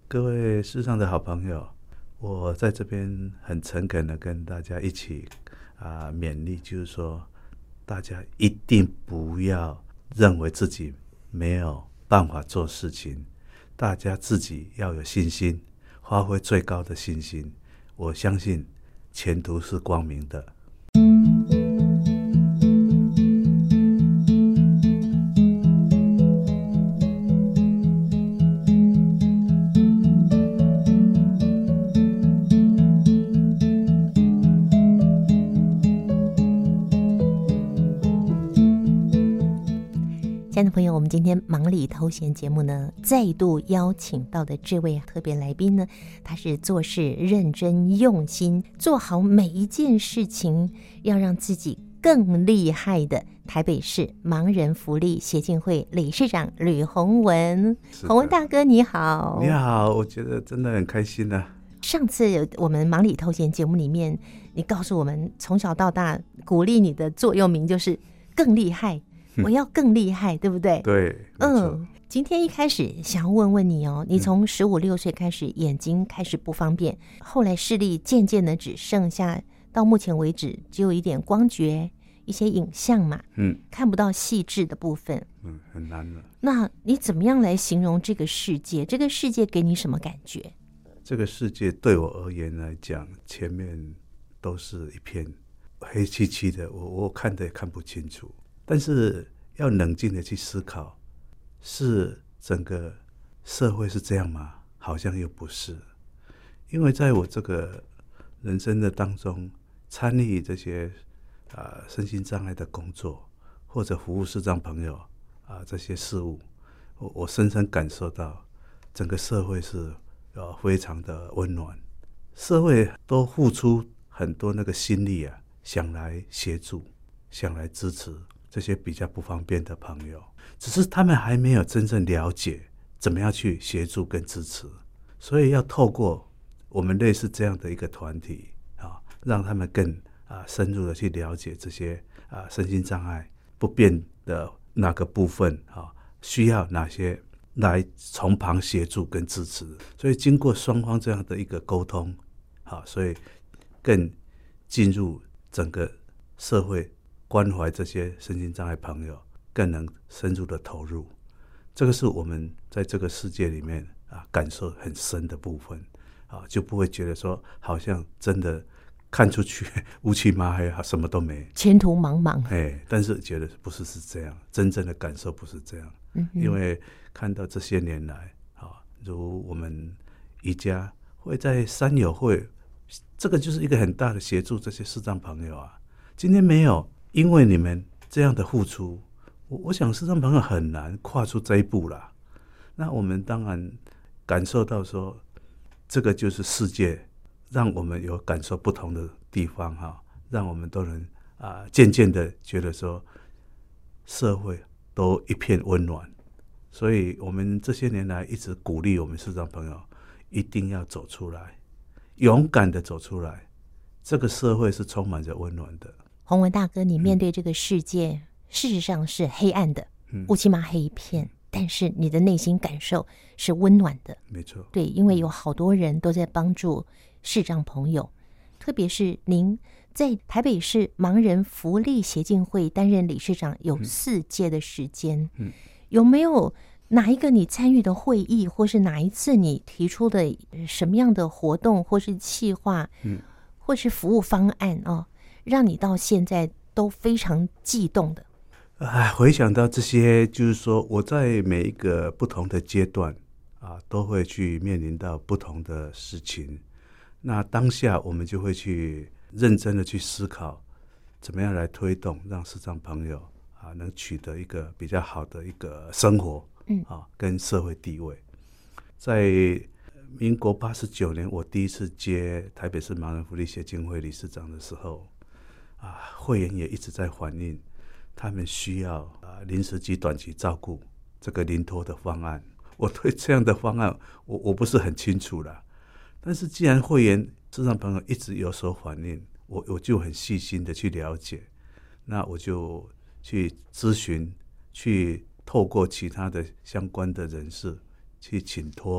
各位世上的好朋友，我在这边很诚恳的跟大家一起勉励，就是说大家一定不要认为自己没有办法做事情，大家自己要有信心，发挥最高的信心，我相信前途是光明的。 亲爱的朋友，我们今天忙里偷闲节目呢，再度邀请到的这位特别来宾呢，他是做事认真用心，做好每一件事情，要让自己更厉害的台北市盲人福利协进会理事长吕宏文。宏文大哥你好。 你好，我觉得真的很开心啊。 上次我们忙里偷闲节目里面，你告诉我们从小到大鼓励你的座右铭就是更厉害，我要更厉害，对不对？ 对，没错。 今天一开始想要问问你哦，你从15、16岁开始眼睛开始不方便，后来视力渐渐的只剩下到目前为止只有一点光觉，一些影像嘛，看不到细致的部分， 很难了。 那你怎么样来形容这个世界？这个世界给你什么感觉？ 这个世界对我而言来讲，前面都是一片黑漆漆的，我看得也看不清楚。但是要冷静的去思考，是整个社会是这样吗？好像又不是。因为在我这个人生的当中，参与这些身心障碍的工作，或者服务视障朋友这些事物，我深深感受到整个社会是非常的温暖，社会都付出很多那个心力想来协助，想来支持这些比较不方便的朋友，只是他们还没有真正了解怎么样去协助跟支持，所以要透过我们类似这样的一个团体让他们更深入的去了解这些身心障碍不便的哪个部分需要哪些来从旁协助跟支持，所以经过双方这样的一个沟通，所以更进入整个社会，关怀这些身心障碍朋友，更能深入的投入。这个是我们在这个世界里面感受很深的部分就不会觉得说好像真的看出去乌漆嘛黑什么都没， 前途茫茫。 但是觉得不是这样，真正的感受不是这样。因为看到这些年来如我们宜家会在山友会，这个就是一个很大的协助这些视障朋友今天没有因为你们这样的付出，我想视障朋友很难跨出这一步啦。那我们当然感受到说，这个就是世界让我们有感受不同的地方让我们都能渐渐的觉得说社会都一片温暖。所以我们这些年来一直鼓励我们视障朋友一定要走出来，勇敢的走出来，这个社会是充满着温暖的。 宏文大哥，你面对这个世界事实上是黑暗的，乌漆嘛黑一片，但是你的内心感受是温暖的。 没错， 对，因为有好多人都在帮助视障朋友，特别是您在台北市盲人福利协进会担任理事长有4届的时间，有没有哪一个你参与的会议，或是哪一次你提出的什么样的活动，或是企划，或是服务方案让你到现在都非常悸动的？ 回想到这些，就是说我在每一个不同的阶段都会去面临到不同的事情。那当下我们就会去认真的去思考，怎么样来推动，让视障朋友能取得一个比较好的一个生活跟社会地位。在民国89年，我第一次接台北市盲人福利协进会理事长的时候会员也一直在反映他们需要临时及短期照顾这个临托的方案。我对这样的方案我不是很清楚啦，但是既然会员视障朋友一直有所反映，我就很细心的去了解，那我就去咨询，去透过其他的相关的人士去请托，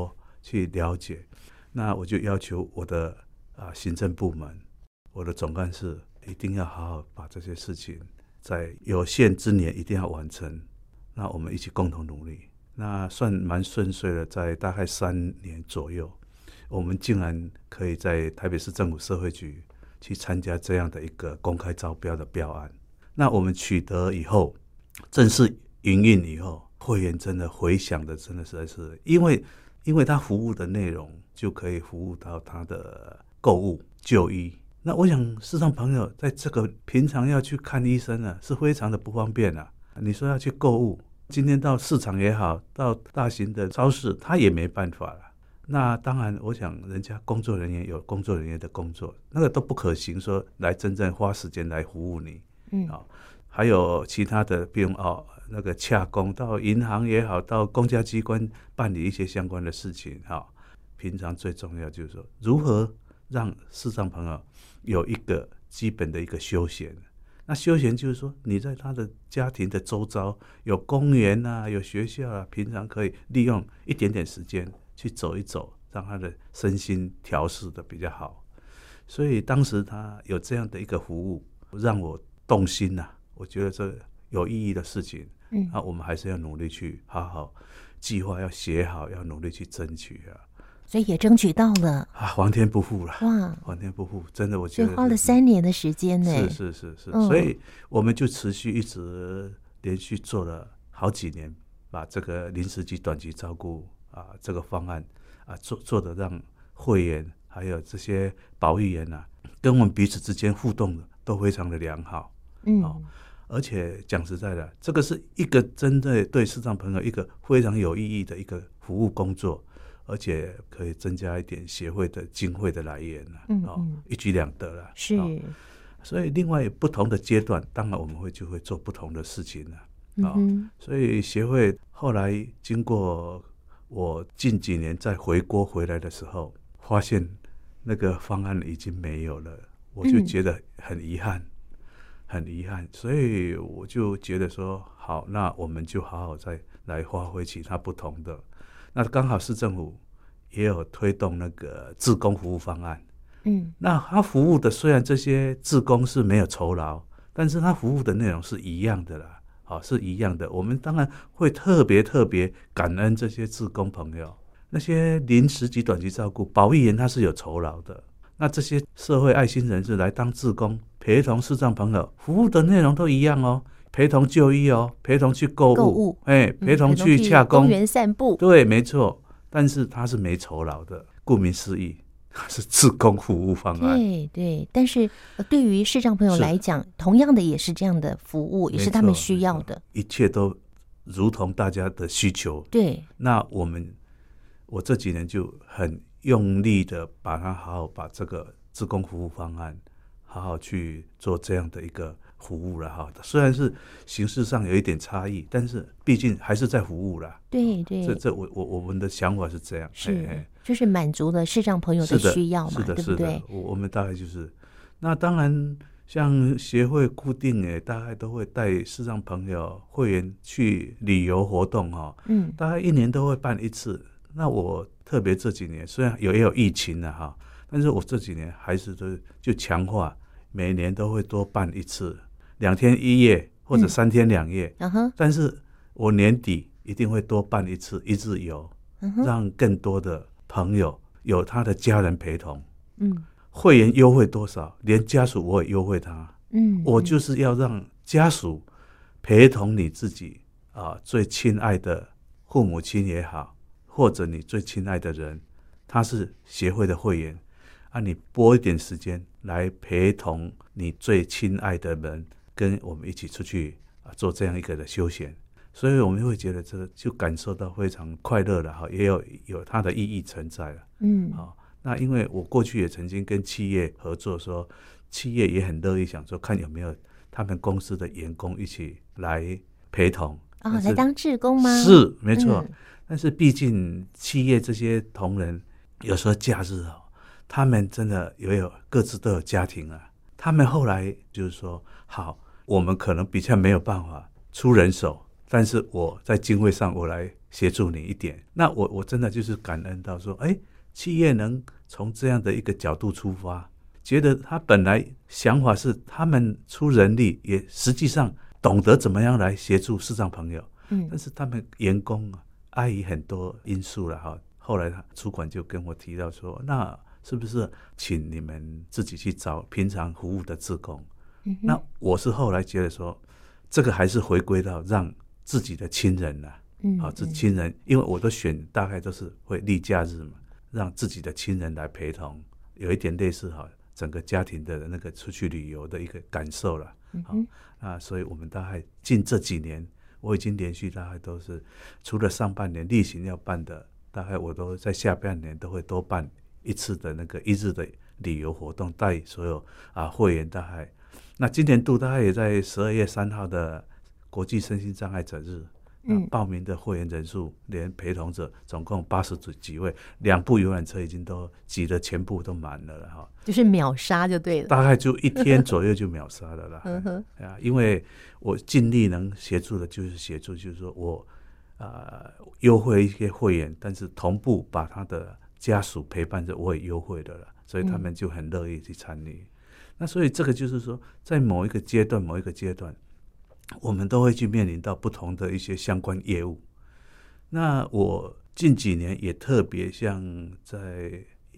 去了解。那我就要求我的行政部门，我的总干事一定要好好把这些事情在有限之年一定要完成。那我们一起共同努力，那算蛮顺遂的，在大概3年左右，我们竟然可以在台北市政府社会局去参加这样的一个公开招标的标案。那我们取得以后，正式营运以后，会员真的回响的真的实在是，因为他服务的内容就可以服务到他的购物、就医。那我想视障朋友在这个平常要去看医生是非常的不方便你说要去购物，今天到市场也好，到大型的超市，他也没办法了。那当然，我想人家工作人员有工作人员的工作，那个都不可行，说来真正花时间来服务你。还有其他的，比如那个洽公，到银行也好，到公家机关办理一些相关的事情平常最重要就是说，如何让视障朋友有一个基本的一个休闲。那休闲就是说，你在他的家庭的周遭有公园有学校平常可以利用一点点时间去走一走，让他的身心调适的比较好。所以当时他有这样的一个服务，让我动心我觉得这有意义的事情，我们还是要努力去好好计划，要写好，要努力去争取所以也争取到了皇天不负了。 哇， 皇天不负，真的我觉得所以花了3年的时间呢。 是，所以我们就持续一直连续做了好几年，把这个临时及短期照顾这个方案做得让会员还有这些保育员跟我们彼此之间互动的都非常的良好。而且讲实在的，这个是一个针对视障朋友一个非常有意义的一个服务工作，而且可以增加一点协会的经费的来源一举两得了。 是， 所以另外不同的阶段，当然我们就会做不同的事情所以协会后来经过我近几年再回国回来的时候，发现那个方案已经没有了，我就觉得很遗憾。所以我就觉得说，好，那我们就好好再来发挥其他不同的。那刚好市政府也有推动那个志工服务方案，那他服务的虽然这些志工是没有酬劳，但是他服务的内容是一样的啦，是一样的。我们当然会特别感恩这些志工朋友，那些临时及短期照顾保育员他是有酬劳的。那这些社会爱心人士来当志工，陪同视障朋友，服务的内容都一样陪同就医陪同去购物，陪同去洽公， 公园散步， 对，没错。但是他是没酬劳的，顾名思义，它是志工服务方案。 对。但是对于视障朋友来讲，同样的也是这样的服务，也是他们需要的。 一切都如同大家的需求。 对。 那我这几年就很用力的好好把这个志工服务方案好好去做这样的一个服务了虽然是形式上有一点差异，但是毕竟还是在服务啦。 对， 这我们的想法是这样， 就是满足了视障朋友的需要嘛，对不对？ 我们大概就是，那当然像协会固定大概都会带视障朋友会员去旅游活动大概1年都会办1次。那我特别这几年虽然也有疫情了但是我这几年还是就强化每年都会多办1次，2天1夜或者3天2夜。但是我年底一定会多办1次1日游，让更多的朋友有他的家人陪同。会员优惠多少，连家属我也优惠他。我就是要让家属陪同你自己最亲爱的父母亲也好，或者你最亲爱的人，他是协会的会员你拨一点时间来陪同你最亲爱的人，跟我们一起出去做这样一个的休闲。所以我们会觉得这个就感受到非常快乐了也有它的意义存在了。那因为我过去也曾经跟企业合作，说企业也很乐意想说看有没有他们公司的员工一起来陪同来当志工吗？ 是没错。但是毕竟企业这些同仁有时候假日他们真的各自都有家庭他们后来就是说，好，我们可能比较没有办法出人手但是我在经费上我来协助你一点。那我真的就是感恩到说，企业能从这样的一个角度出发，觉得他本来想法是他们出人力，也实际上懂得怎么样来协助视障朋友，但是他们员工碍于很多因素了哈。后来主管就跟我提到说，那是不是请你们自己去找平常服务的志工？那我是后来觉得说，这个还是回归到让自己的亲人自己亲人，因为我都选大概都是会例假日嘛，让自己的亲人来陪同，有一点类似整个家庭的那个出去旅游的一个感受了。所以我们大概近这几年，我已经连续大概都是除了上半年例行要办的，大概我都在下半年都会多办一次的那个一日的旅游活动，带所有会员大概。那今年度大概也在12月3号的国际身心障碍者日，报名的会员人数连陪同者总共80几位，2部游览车已经都挤得全部都满了就是秒杀就对了， 大概就1天左右就秒杀了啦。因为我尽力能协助的就是协助，就是说我优惠一些会员，但是同步把他的家属陪伴着我也优惠的了，所以他们就很乐意去参与。那所以这个就是说，在某一个阶段我们都会去面临到不同的一些相关业务。那我近几年也特别像在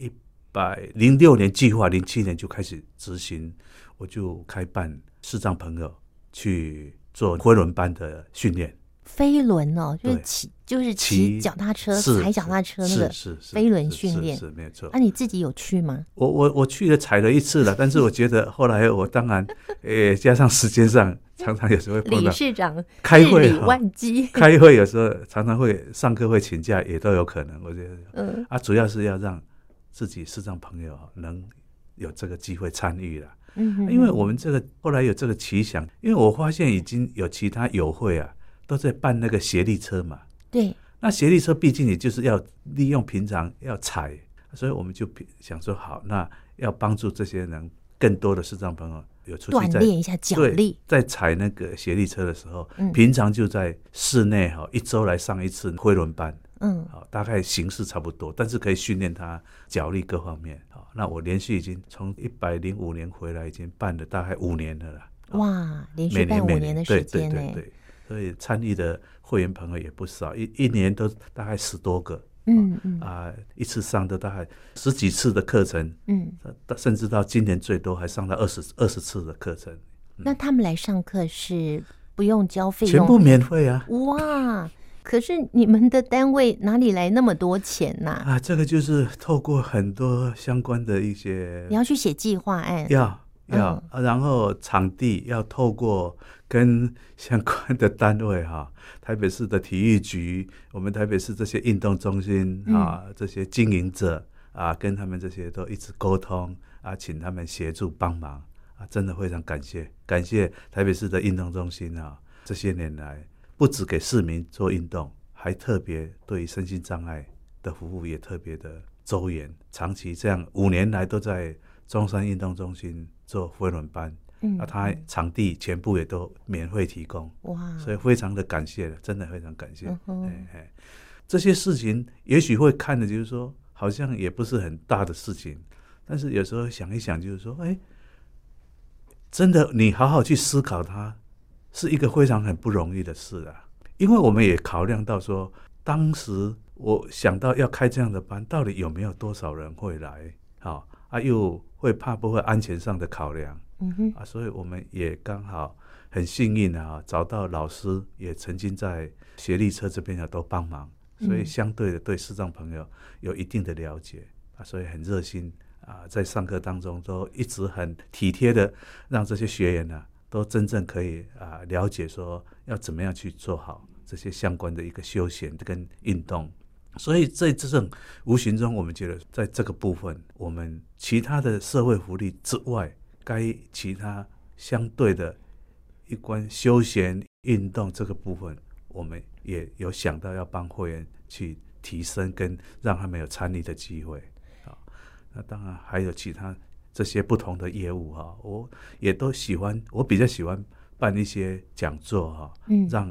106年计划07年就开始执行，我就开办视障朋友去做飞轮班的训练。 飞轮就是骑脚踏车，踩脚踏车那个飞轮训练， 是没错。 你自己有去吗？ 我去了踩了1次了，但是我觉得后来我当然加上时间上常常有时候会碰到理事长开会日理万机， 开会有时候常常会上课会请假，也都有可能。我觉得主要是要让自己视障朋友能有这个机会参与了。因为我们这个后来有这个奇想，因为我发现已经有其他友会都在办那个协力车嘛。 对， 那协力车毕竟也就是要利用平常要踩，所以我们就想说好，那要帮助这些人更多的视障朋友有出去锻炼一下脚力， 在踩那个协力车的时候，平常就在室内1周来上1次飞轮班，大概形式差不多，但是可以训练他脚力各方面。那我连续已经从105年回来，已经办了大概5年了啦。 哇，连续办5年的时间呢。 对，所以参与的会员朋友也不少，一年都大概10多个。一次上的大概10几次的课程，甚至到今年最多还上到20次的课程。 那他们来上课是不用交费用， 全部免费啊！ 哇！可是你们的单位哪里来那么多钱呢？ 这个就是透过很多相关的一些， 你要去写计划案， 然后场地要透过跟相关的单位台北市的体育局，我们台北市这些运动中心这些经营者跟他们这些都一直沟通请他们协助帮忙真的非常感谢台北市的运动中心这些年来不只给市民做运动，还特别对身心障碍的服务也特别的周延，长期这样5年来都在中山运动中心做飞轮班，他场地全部也都免费提供，哇！所以非常的感谢了，真的非常感谢。这些事情也许会看的就是说，好像也不是很大的事情，但是有时候想一想，就是说，真的你好好去思考它，是一个非常很不容易的事啊。因为我们也考量到说，当时我想到要开这样的班，到底有没有多少人会来？又会怕不会安全上的考量，所以我们也刚好很幸运找到老师也曾经在协力车这边都帮忙，所以相对的对视障朋友有一定的了解所以很热心在上课当中都一直很体贴的让这些学员都真正可以了解说要怎么样去做好这些相关的一个休闲跟运动。所以在这种无形中，我们觉得在这个部分，我们其他的社会福利之外，该其他相对的一关休闲运动这个部分，我们也有想到要帮会员去提升跟让他们有参与的机会那当然还有其他这些不同的业务我也都喜欢，我比较喜欢办一些讲座让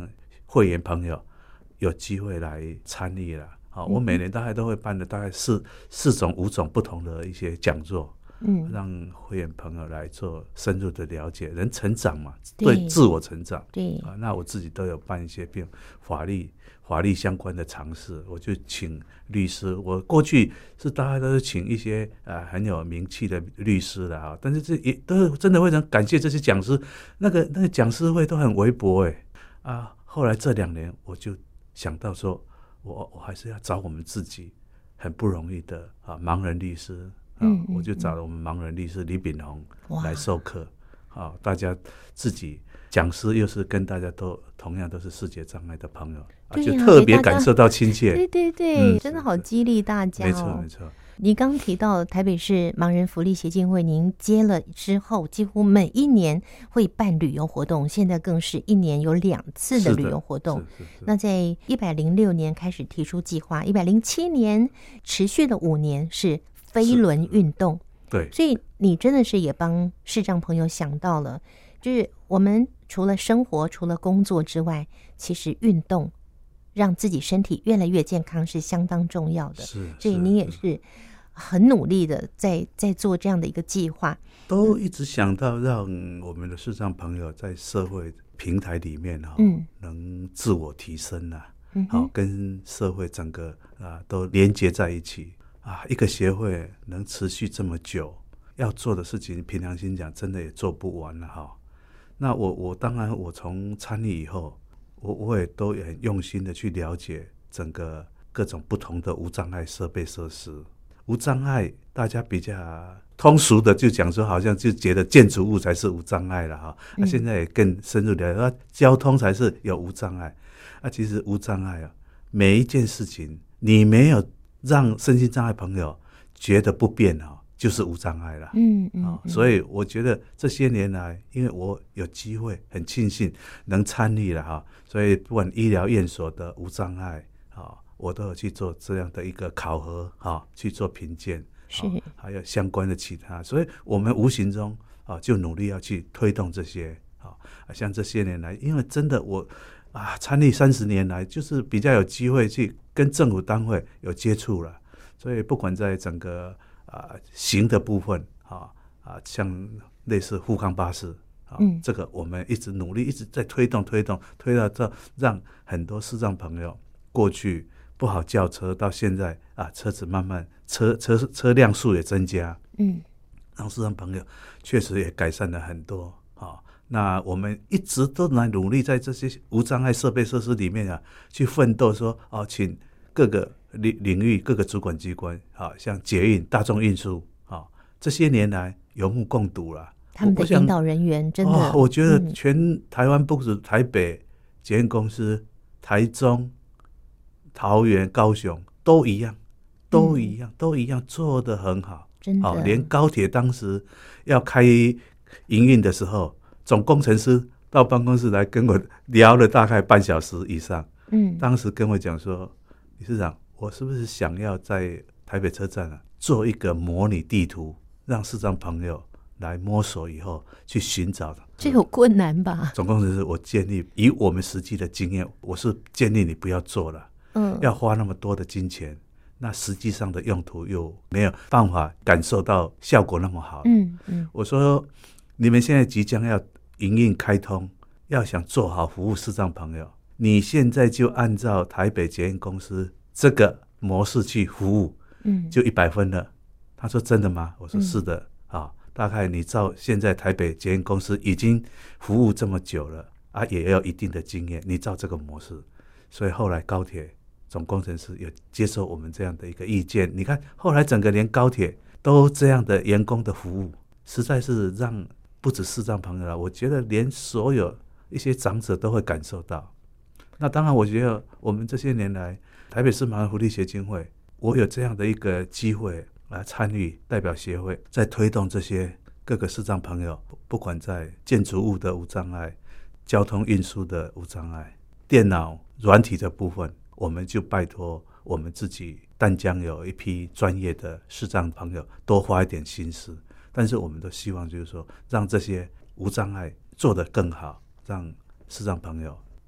会员朋友有机会来参与了。我每年大概都会办的大概四种5种不同的一些讲座，让会员朋友来做深入的了解，人成长嘛，对自我成长。 对那我自己都有办一些法律相关的尝试，我就请律师。我过去是大家都是请一些很有名气的律师的但是这也都真的非常感谢这些讲师，那个讲师会都很微薄后来这2年我就想到说，我还是要找我们自己很不容易的盲人律师我就找了我们盲人律师李炳宏来授课大家自己讲师又是跟大家都同样都是视觉障碍的朋友就特别感受到亲切。 对，真的好激励大家没错没错。 你刚提到台北市盲人福利协进会，您接了之后几乎每一年会办旅游活动，现在更是1年有2次的旅游活动。那在106年开始提出计划，107年持续的5年是飞轮运动。 对， 所以你真的是也帮视障朋友想到了，就是我们除了生活除了工作之外，其实运动让自己身体越来越健康是相当重要的。所以你也是很努力的在做这样的一个计划， 都一直想到让我们的视障朋友在社会平台里面能自我提升跟社会整个都连接在一起一个协会能持续这么久，要做的事情凭良心讲真的也做不完了那我当然我从参与以后，我也都很用心的去了解整个各种不同的无障碍设备设施。无障碍大家比较通俗的就讲说，好像就觉得建筑物才是无障碍了现在也更深入了解交通才是有无障碍其实无障碍每一件事情你没有让身心障碍朋友觉得不便就是无障碍了。所以我觉得这些年来，因为我有机会很庆幸能参与了所以不管医疗院所的无障碍我都有去做这样的一个考核去做评鉴还有相关的其他，所以我们无形中就努力要去推动这些像这些年来，因为真的我参与30年来，就是比较有机会去跟政府单位有接触了，所以不管在整个行的部分像类似富康巴士这个我们一直努力一直在推到这，让很多视障朋友过去不好叫车，到现在车子慢慢车辆数也增加让视障朋友确实也改善了很多那我们一直都来努力在这些无障碍设备设施里面去奋斗说请各个领域各个主管机关像捷运大众运输这些年来有目共睹了， 他们的引导人员真的我觉得全台湾不止台北捷运公司台中桃园高雄都一样做得很好， 真的连高铁当时要开营运的时候，总工程师到办公室来跟我聊了大概半小时以上当时跟我讲说，理事长，我是不是想要在台北车站做一个模拟地图，让视障朋友来摸索以后去寻找的。 这有困难吧？ 总工程师，我建议以我们实际的经验，我是建议你不要做了要花那么多的金钱，那实际上的用途又没有办法感受到效果那么好我说你们现在即将要营运开通，要想做好服务视障朋友，你现在就按照台北捷运公司这个模式去服务就100分了。他说真的吗？我说是的大概你照现在台北捷运公司已经服务这么久了也有一定的经验，你照这个模式。所以后来高铁总工程师也接受我们这样的一个意见，你看后来整个连高铁都这样的员工的服务，实在是让不止视障朋友我觉得连所有一些长者都会感受到。那当然我觉得我们这些年来台北市盲人福利协进会，我有这样的一个机会来参与代表协会，在推动这些各个视障朋友，不管在建筑物的无障碍、交通运输的无障碍、电脑软体的部分，我们就拜托我们自己淡江有一批专业的视障朋友多花一点心思，但是我们都希望就是说让这些无障碍做得更好，让视障朋友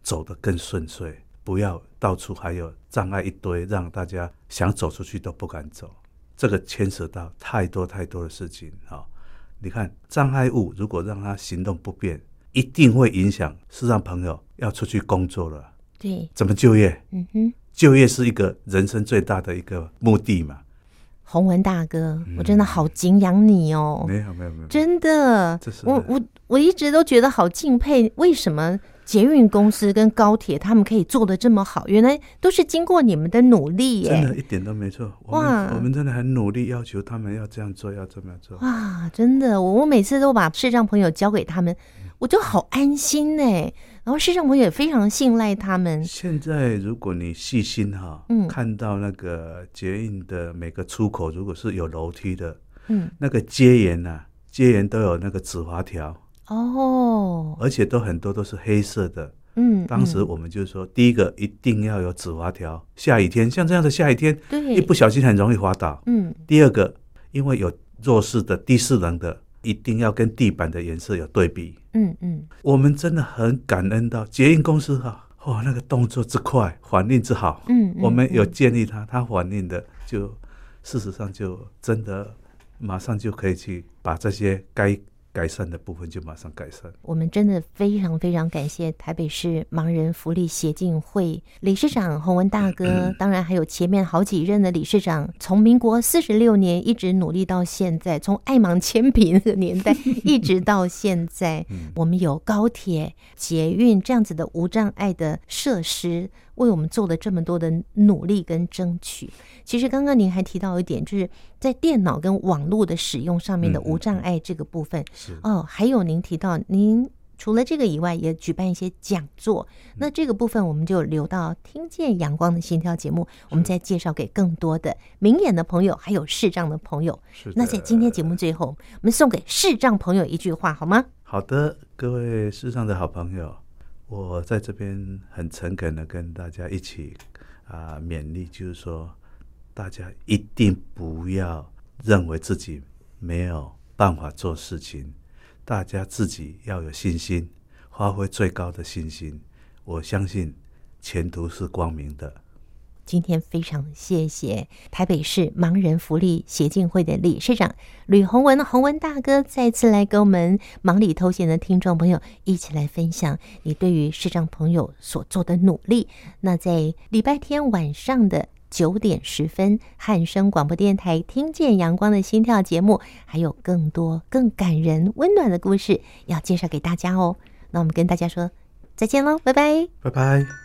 走得更顺遂，不要到处还有障碍一堆，让大家想走出去都不敢走。这个牵涉到太多太多的事情。你看障碍物如果让他行动不便，一定会影响视障朋友要出去工作了。 对， 怎么就业？就业是一个人生最大的一个目的嘛。 洪文大哥，我真的好敬仰你哦！ 没有， 真的，我一直都觉得好敬佩，为什么捷运公司跟高铁他们可以做得这么好？原来都是经过你们的努力耶！ 真的，一点都没错。我们真的很努力，要求他们要这样做，要这么做。 哇，真的，我每次都把视障朋友交给他们，我就好安心哎。然后视障朋友也非常信赖他们。 现在如果你细心看到那个捷运的每个出口，如果是有楼梯的，那个接沿都有那个止滑条哦，而且很多都是黑色的。当时我们就说，第一个一定要有止滑条，下雨天像这样的下雨天，一不小心很容易滑倒。第二个，因为有弱势的低势能的，一定要跟地板的颜色有对比。我们真的很感恩到捷运公司那个动作之快，反应之好。我们有建议他反应的就事实上就真的马上就可以去把这些该改善的部分就马上改善。 我们真的非常非常感谢台北市盲人福利协进会理事长洪文大哥，当然还有前面好几任的理事长，从民国46年一直努力到现在，从爱盲铅笔那个年代一直到现在我们有高铁捷运这样子的无障碍的设施，为我们做了这么多的努力跟争取。其实刚刚您还提到一点，就是在电脑跟网络的使用上面的无障碍这个部分。还有您提到您除了这个以外也举办一些讲座，那这个部分我们就留到听见阳光的心跳节目，我们再介绍给更多的明眼的朋友还有视障的朋友。那在今天节目最后，我们送给视障朋友一句话好吗？ 好的，各位视障的好朋友，我在这边很诚恳的跟大家一起勉励，就是说大家一定不要认为自己没有办法做事情，大家自己要有信心，发挥最高的信心，我相信前途是光明的。 今天非常谢谢台北市盲人福利协进会的理事长吕洪文大哥再次来跟我们忙里偷闲的听众朋友一起来分享你对于视障朋友所做的努力。那在礼拜天晚上的9点10分，汉声广播电台听见阳光的心跳节目，还有更多更感人温暖的故事要介绍给大家哦。那我们跟大家说再见喽，拜拜， 拜拜。